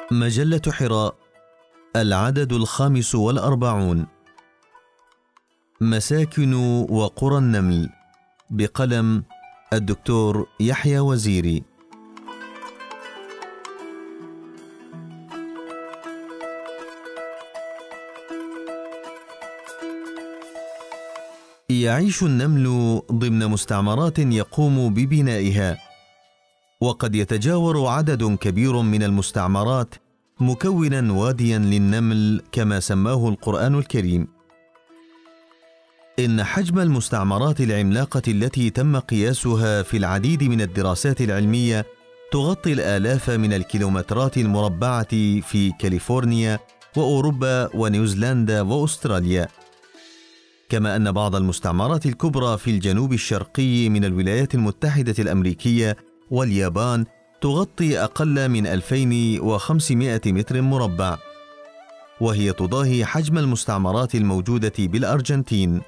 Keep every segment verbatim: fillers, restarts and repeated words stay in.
مجلة حراء، العدد الخامس والأربعون. مساكن وقرى النمل، بقلم الدكتور يحيى وزيري. يعيش النمل ضمن مستعمرات يقوم ببنائها، وقد يتجاور عدد كبير من المستعمرات مكونا واديا للنمل كما سماه القرآن الكريم. إن حجم المستعمرات العملاقة التي تم قياسها في العديد من الدراسات العلمية تغطي الآلاف من الكيلومترات المربعة في كاليفورنيا وأوروبا ونيوزيلندا وأستراليا، كما أن بعض المستعمرات الكبرى في الجنوب الشرقي من الولايات المتحدة الأمريكية واليابان تغطي أقل من ألفين وخمسمائة متر مربع، وهي تضاهي حجم المستعمرات الموجودة بالأرجنتين.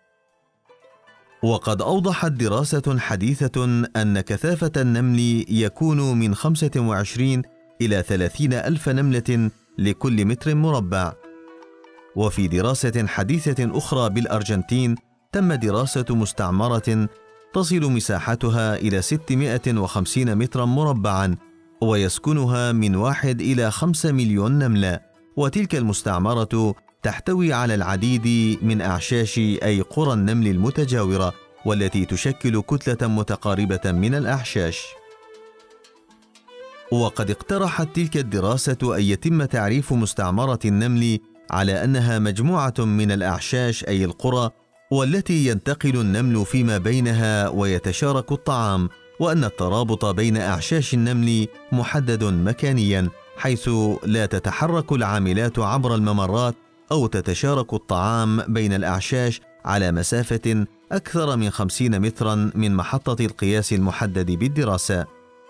وقد أوضحت دراسة حديثة أن كثافة النمل يكون من خمسة وعشرين إلى ثلاثين ألف نملة لكل متر مربع. وفي دراسة حديثة أخرى بالأرجنتين تم دراسة مستعمرة تصل مساحتها إلى ستمائة وخمسين مترا مربعا ويسكنها من واحد إلى خمسة مليون نملة، وتلك المستعمرة تحتوي على العديد من أعشاش أي قرى النمل المتجاورة، والتي تشكل كتلة متقاربة من الأعشاش. وقد اقترحت تلك الدراسة أن يتم تعريف مستعمرة النمل على أنها مجموعة من الأعشاش أي القرى، والتي ينتقل النمل فيما بينها ويتشارك الطعام، وأن الترابط بين أعشاش النمل محدد مكانيا، حيث لا تتحرك العاملات عبر الممرات أو تتشارك الطعام بين الأعشاش على مسافة أكثر من خمسين مترا من محطة القياس المحدد بالدراسة.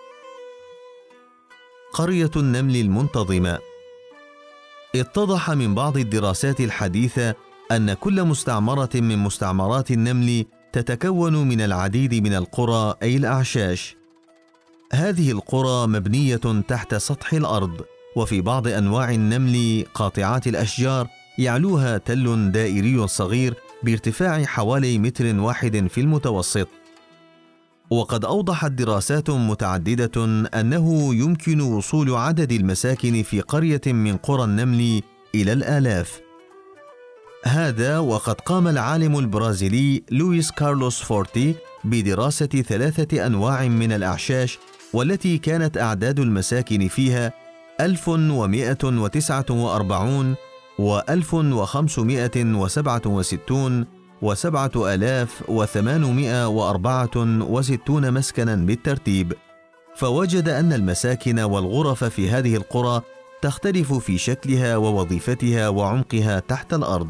قرية النمل المنتظمة. اتضح من بعض الدراسات الحديثة أن كل مستعمرة من مستعمرات النمل تتكون من العديد من القرى أي الأعشاش. هذه القرى مبنية تحت سطح الأرض، وفي بعض أنواع النمل قاطعات الأشجار يعلوها تل دائري صغير بارتفاع حوالي متر واحد في المتوسط. وقد أوضحت دراسات متعددة أنه يمكن وصول عدد المساكن في قرية من قرى النمل إلى الآلاف. هذا وقد قام العالم البرازيلي لويس كارلوس فورتي بدراسة ثلاثة أنواع من الأعشاش، والتي كانت أعداد المساكن فيها ألف ومائة وتسعة وأربعون وألف وخمسمائة وسبعة وستون وسبعة آلاف وثمانمائة وأربعة وستون مسكنا بالترتيب، فوجد أن المساكن والغرف في هذه القرى تختلف في شكلها ووظيفتها وعمقها تحت الأرض.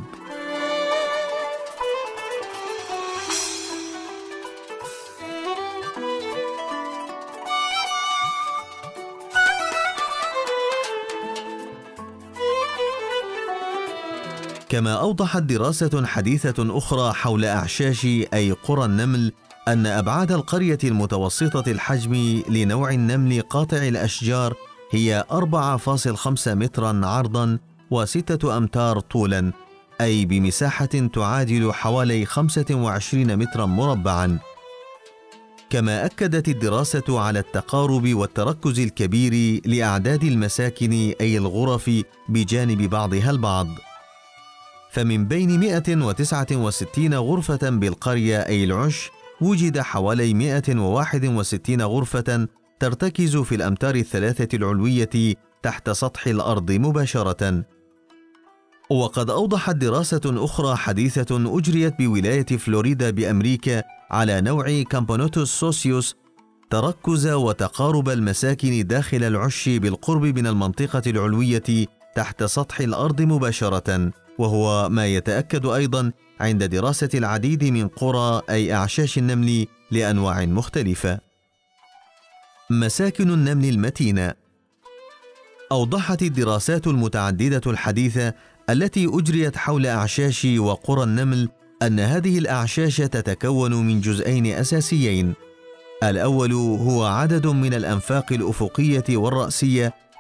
كما أوضحت دراسة حديثة أخرى حول أعشاش أي قرى النمل أن أبعاد القرية المتوسطة الحجم لنوع النمل قاطع الأشجار هي أربعة فاصلة خمسة مترا عرضا وستة أمتار طولا، أي بمساحة تعادل حوالي خمسة وعشرين مترا مربعا. كما أكدت الدراسة على التقارب والتركز الكبير لأعداد المساكن أي الغرف بجانب بعضها البعض، فمن بين مائة وتسعة وستين غرفة بالقرية أي العش وجد حوالي مائة وواحد وستين غرفة ترتكز في الأمتار الثلاثة العلوية تحت سطح الأرض مباشرة. وقد أوضحت دراسة أخرى حديثة أجريت بولاية فلوريدا بأمريكا على نوع كامبونوتوس سوسيوس تركز وتقارب المساكن داخل العش بالقرب من المنطقة العلوية تحت سطح الأرض مباشرة، وهو ما يتأكد أيضا عند دراسة العديد من قرى أي أعشاش النمل لأنواع مختلفة. مساكن النمل المتينة. أوضحت الدراسات المتعددة الحديثة التي أجريت حول أعشاش وقرى النمل أن هذه الأعشاش تتكون من جزئين أساسيين. الأول هو عدد من الأنفاق الأفقية والرأسية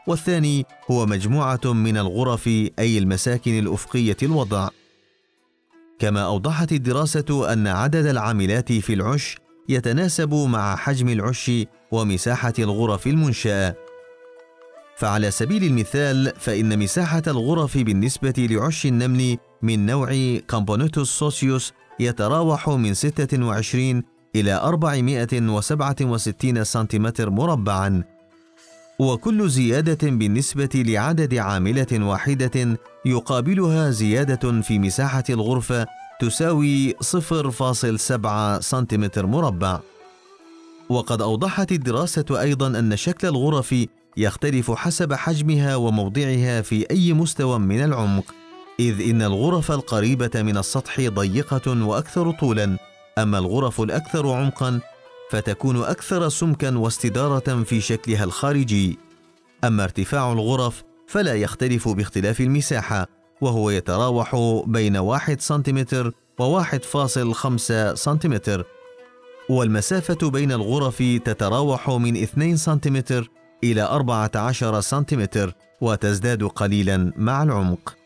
والثاني هو مجموعة من الغرف أي المساكن الأفقية الوضع. كما أوضحت الدراسة أن عدد العاملات في العش يتناسب مع حجم العش ومساحة الغرف المنشأة. فعلى سبيل المثال فإن مساحة الغرف بالنسبة لعش النمل من نوع كامبونيتوس سوسيوس يتراوح من ستة وعشرين إلى أربعمائة وسبعة وستين سنتيمتر مربعا، وكل زيادة بالنسبة لعدد عاملة واحدة يقابلها زيادة في مساحة الغرفة تساوي صفر فاصلة سبعة سنتيمتر مربع. وقد أوضحت الدراسة أيضا أن شكل الغرف يختلف حسب حجمها وموضعها في أي مستوى من العمق، إذ إن الغرف القريبة من السطح ضيقة وأكثر طولا، أما الغرف الأكثر عمقا فتكون أكثر سمكا واستدارة في شكلها الخارجي. أما ارتفاع الغرف فلا يختلف باختلاف المساحة، وهو يتراوح بين واحد سنتيمتر وواحد فاصل خمسة سنتيمتر، والمسافة بين الغرف تتراوح من اثنين سنتيمتر إلى أربعة عشر سنتيمتر، وتزداد قليلا مع العمق.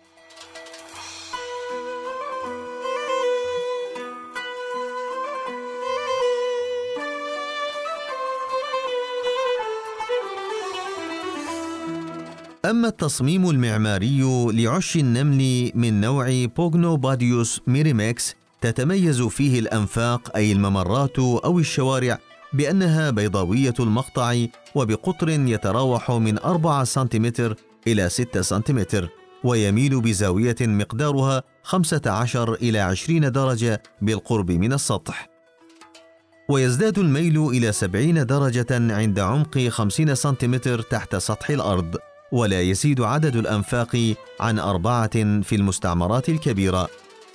أما التصميم المعماري لعش النمل من نوع بوغنوباديوس ميريمكس تتميز فيه الأنفاق أي الممرات أو الشوارع بأنها بيضاوية المقطع وبقطر يتراوح من أربعة سنتيمتر إلى ستة سنتيمتر، ويميل بزاوية مقدارها خمسة عشر إلى عشرين درجة بالقرب من السطح، ويزداد الميل إلى سبعين درجة عند عمق خمسين سنتيمتر تحت سطح الأرض، ولا يزيد عدد الأنفاق عن أربعة في المستعمرات الكبيرة.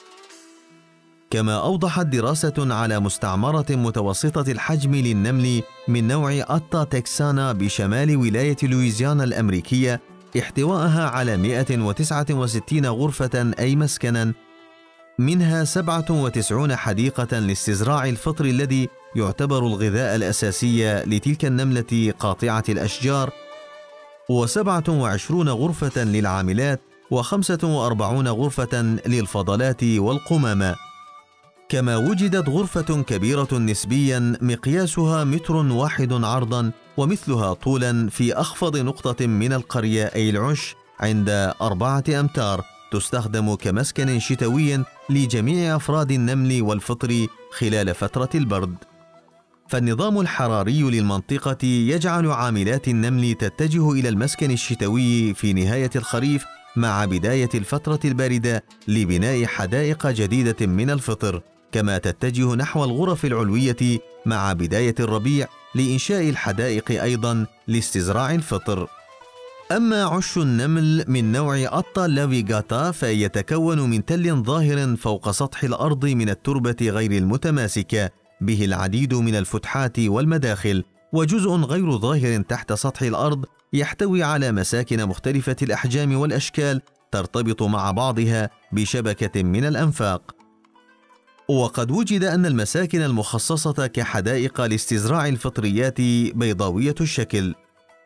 كما أوضحت دراسة على مستعمرة متوسطة الحجم للنمل من نوع أتا تكسانا بشمال ولاية لويزيانا الأمريكية احتوائها على مئة وتسعة وستين غرفة أي مسكنا، منها سبعة وتسعين حديقة لاستزراع الفطر الذي يعتبر الغذاء الأساسي لتلك النملة قاطعة الأشجار، وسبعة وعشرون غرفة للعاملات، وخمسة وأربعون غرفة للفضلات والقمامة. كما وجدت غرفة كبيرة نسبيا مقياسها متر واحد عرضا ومثلها طولا في أخفض نقطة من القرية أي العش عند أربعة أمتار، تستخدم كمسكن شتوي لجميع أفراد النمل والفطر خلال فترة البرد. فالنظام الحراري للمنطقة يجعل عاملات النمل تتجه إلى المسكن الشتوي في نهاية الخريف مع بداية الفترة الباردة لبناء حدائق جديدة من الفطر، كما تتجه نحو الغرف العلوية مع بداية الربيع لإنشاء الحدائق أيضا لاستزراع الفطر. أما عش النمل من نوع أتا لافيغاتا فيتكون من تل ظاهر فوق سطح الأرض من التربة غير المتماسكة، به العديد من الفتحات والمداخل، وجزء غير ظاهر تحت سطح الأرض يحتوي على مساكن مختلفة الأحجام والأشكال ترتبط مع بعضها بشبكة من الأنفاق. وقد وجد أن المساكن المخصصة كحدائق لاستزراع الفطريات بيضاوية الشكل،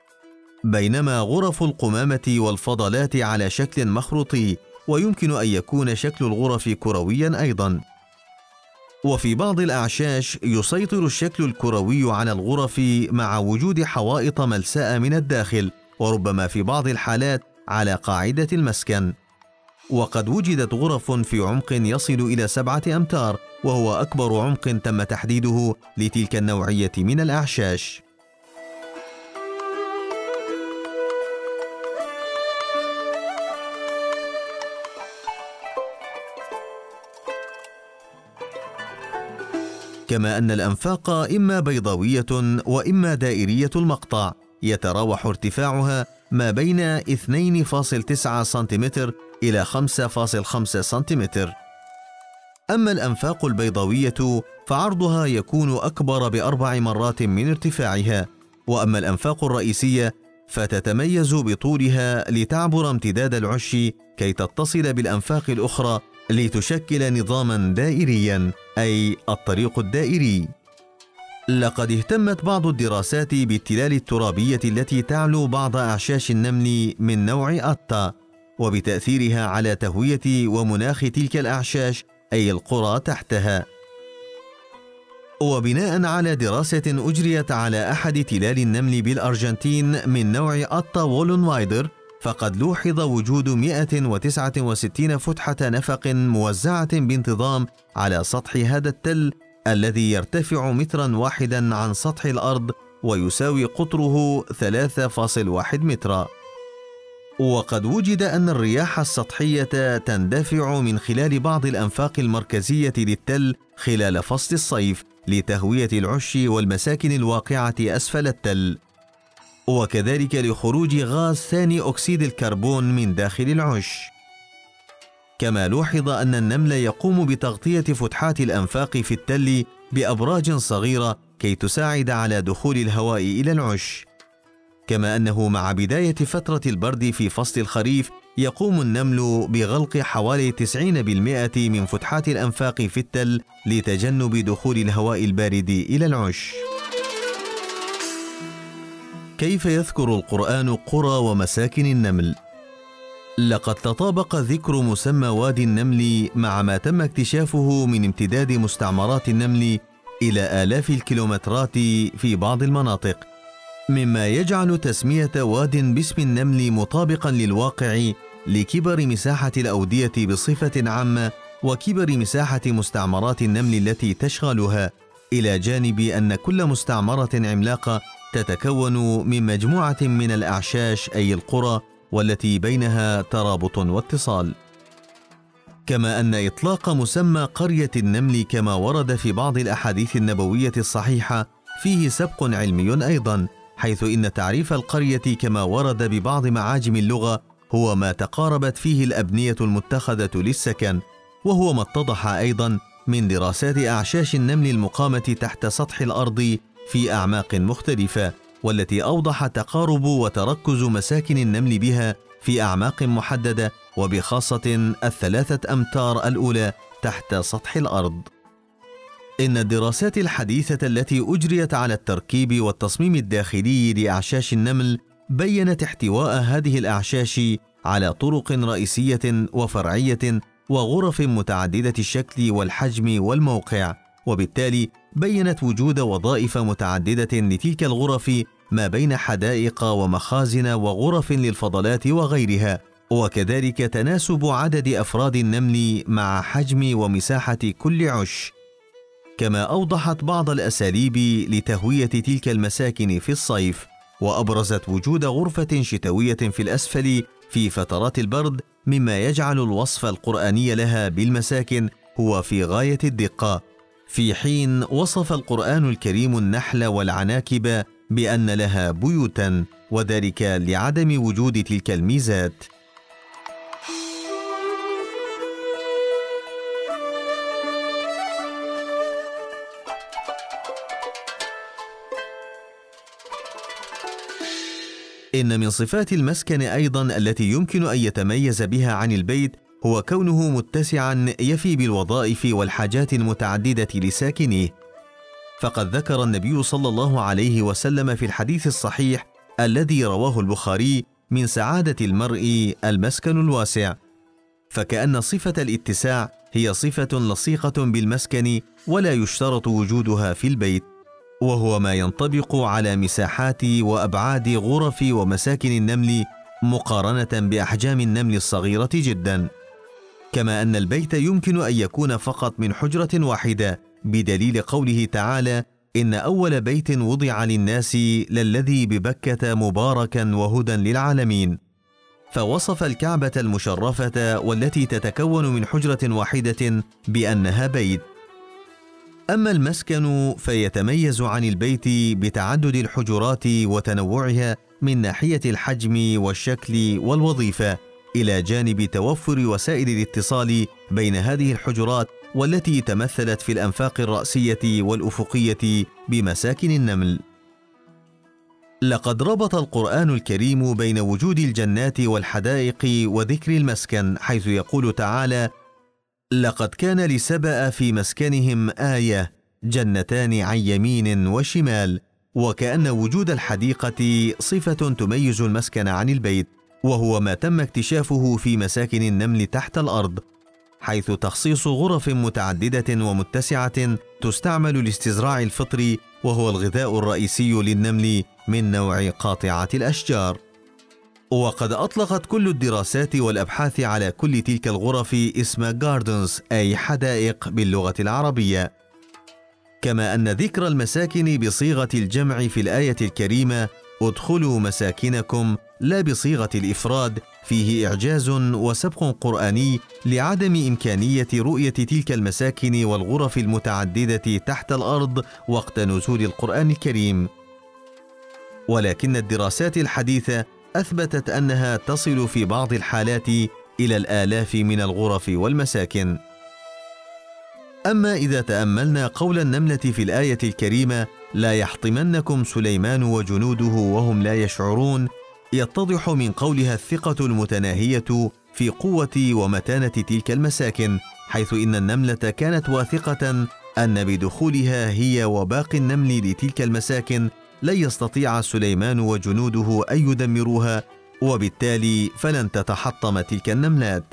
بينما غرف القمامة والفضلات على شكل مخروطي، ويمكن أن يكون شكل الغرف كرويا أيضا. وفي بعض الأعشاش يسيطر الشكل الكروي على الغرف مع وجود حوائط ملساء من الداخل، وربما في بعض الحالات على قاعدة المسكن. وقد وجدت غرف في عمق يصل إلى سبعة أمتار، وهو أكبر عمق تم تحديده لتلك النوعية من الأعشاش. كما أن الأنفاق إما بيضاوية وإما دائرية المقطع، يتراوح ارتفاعها ما بين اثنين فاصلة تسعة سنتيمتر إلى خمسة فاصلة خمسة سنتيمتر. أما الأنفاق البيضاوية فعرضها يكون أكبر بأربع مرات من ارتفاعها، وأما الأنفاق الرئيسية فتتميز بطولها لتعبر امتداد العش كي تتصل بالأنفاق الأخرى لتشكل نظاما دائريا، أي الطريق الدائري. لقد اهتمت بعض الدراسات بالتلال الترابية التي تعلو بعض أعشاش النمل من نوع أتا، وبتأثيرها على تهوية ومناخ تلك الأعشاش أي القرى تحتها. وبناء على دراسة أجريت على أحد تلال النمل بالأرجنتين من نوع أتا وولنوايدر، فقد لوحظ وجود مئة وتسعة وستين فتحة نفق موزعة بانتظام على سطح هذا التل الذي يرتفع مترا واحدا عن سطح الأرض ويساوي قطره ثلاثة فاصلة واحد مترا. وقد وجد أن الرياح السطحية تندفع من خلال بعض الأنفاق المركزية للتل خلال فصل الصيف لتهوية العش والمساكن الواقعة أسفل التل، وكذلك لخروج غاز ثاني أكسيد الكربون من داخل العش. كما لوحظ أن النمل يقوم بتغطية فتحات الأنفاق في التل بأبراج صغيرة كي تساعد على دخول الهواء إلى العش. كما أنه مع بداية فترة البرد في فصل الخريف يقوم النمل بغلق حوالي تسعين بالمئة من فتحات الأنفاق في التل لتجنب دخول الهواء البارد إلى العش. كيف يذكر القرآن قرى ومساكن النمل؟ لقد تطابق ذكر مسمى وادي النمل مع ما تم اكتشافه من امتداد مستعمرات النمل إلى آلاف الكيلومترات في بعض المناطق، مما يجعل تسمية واد باسم النمل مطابقا للواقع لكبر مساحة الأودية بصفة عامة وكبر مساحة مستعمرات النمل التي تشغلها، إلى جانب أن كل مستعمرة عملاقة تتكون من مجموعة من الأعشاش أي القرى والتي بينها ترابط واتصال. كما أن إطلاق مسمى قرية النمل كما ورد في بعض الأحاديث النبوية الصحيحة فيه سبق علمي أيضا، حيث إن تعريف القرية كما ورد ببعض معاجم اللغة هو ما تقاربت فيه الأبنية المتخذة للسكن، وهو ما اتضح أيضا من دراسات أعشاش النمل المقامة تحت سطح الأرض في أعماق مختلفة، والتي أوضح تقارب وتركز مساكن النمل بها في أعماق محددة، وبخاصة الثلاثة أمتار الأولى تحت سطح الأرض. إن الدراسات الحديثة التي أجريت على التركيب والتصميم الداخلي لأعشاش النمل بيّنت احتواء هذه الأعشاش على طرق رئيسية وفرعية وغرف متعددة الشكل والحجم والموقع، وبالتالي بيّنت وجود وظائف متعددة لتلك الغرف ما بين حدائق ومخازن وغرف للفضلات وغيرها، وكذلك تناسب عدد أفراد النمل مع حجم ومساحة كل عش. كما أوضحت بعض الأساليب لتهوية تلك المساكن في الصيف، وأبرزت وجود غرفة شتوية في الأسفل في فترات البرد، مما يجعل الوصف القرآني لها بالمساكن هو في غاية الدقة، في حين وصف القرآن الكريم النحل والعناكب بأن لها بيوتا، وذلك لعدم وجود تلك الميزات. إن من صفات المسكن أيضا التي يمكن أن يتميز بها عن البيت هو كونه متسعا يفي بالوظائف والحاجات المتعددة لساكنيه، فقد ذكر النبي صلى الله عليه وسلم في الحديث الصحيح الذي رواه البخاري من سعادة المرء المسكن الواسع، فكأن صفة الاتساع هي صفة لصيقة بالمسكن ولا يشترط وجودها في البيت، وهو ما ينطبق على مساحات وأبعاد غرف ومساكن النمل مقارنة بأحجام النمل الصغيرة جدا. كما أن البيت يمكن أن يكون فقط من حجرة واحدة، بدليل قوله تعالى: إن أول بيت وضع للناس للذي ببكة مباركا وهدى للعالمين، فوصف الكعبة المشرفة والتي تتكون من حجرة واحدة بأنها بيت. أما المسكن فيتميز عن البيت بتعدد الحجرات وتنوعها من ناحية الحجم والشكل والوظيفة، إلى جانب توفر وسائل الاتصال بين هذه الحجرات والتي تمثلت في الأنفاق الرأسية والأفقية بمساكن النمل. لقد ربط القرآن الكريم بين وجود الجنات والحدائق وذكر المسكن، حيث يقول تعالى: لقد كان لسبأ في مسكنهم آية جنتان عن يمين وشمال، وكأن وجود الحديقة صفة تميز المسكن عن البيت، وهو ما تم اكتشافه في مساكن النمل تحت الأرض، حيث تخصيص غرف متعددة ومتسعة تستعمل لاستزراع الفطر، وهو الغذاء الرئيسي للنمل من نوع قاطعة الأشجار. وقد أطلقت كل الدراسات والأبحاث على كل تلك الغرف اسم جاردنز، أي حدائق باللغة العربية. كما أن ذكر المساكن بصيغة الجمع في الآية الكريمة ادخلوا مساكنكم لا بصيغة الإفراد فيه إعجاز وسبق قرآني لعدم إمكانية رؤية تلك المساكن والغرف المتعددة تحت الأرض وقت نزول القرآن الكريم. ولكن الدراسات الحديثة أثبتت أنها تصل في بعض الحالات إلى الآلاف من الغرف والمساكن. أما إذا تأملنا قول النملة في الآية الكريمة لا يحطمنكم سليمان وجنوده وهم لا يشعرون، يتضح من قولها الثقة المتناهية في قوة ومتانة تلك المساكن، حيث إن النملة كانت واثقة أن بدخولها هي وباقي النمل لتلك المساكن لن يستطيع سليمان وجنوده أن يدمروها، وبالتالي فلن تتحطم تلك النملات.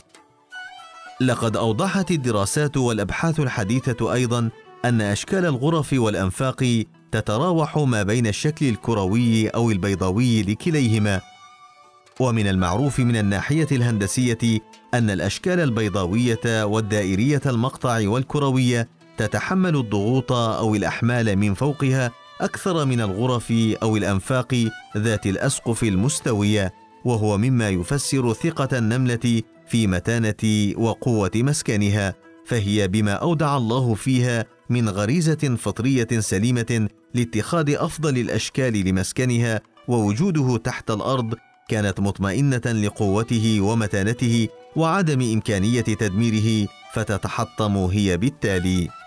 لقد أوضحت الدراسات والأبحاث الحديثة أيضا أن أشكال الغرف والأنفاق تتراوح ما بين الشكل الكروي أو البيضاوي لكليهما. ومن المعروف من الناحية الهندسية أن الأشكال البيضاوية والدائرية المقطع والكروية تتحمل الضغوط أو الأحمال من فوقها أكثر من الغرف أو الأنفاق ذات الأسقف المستوية، وهو مما يفسر ثقة النملة في متانة وقوة مسكنها، فهي بما أودع الله فيها من غريزة فطرية سليمة لاتخاذ أفضل الأشكال لمسكنها، ووجوده تحت الأرض كانت مطمئنة لقوته ومتانته وعدم إمكانية تدميره، فتتحطم هي بالتالي.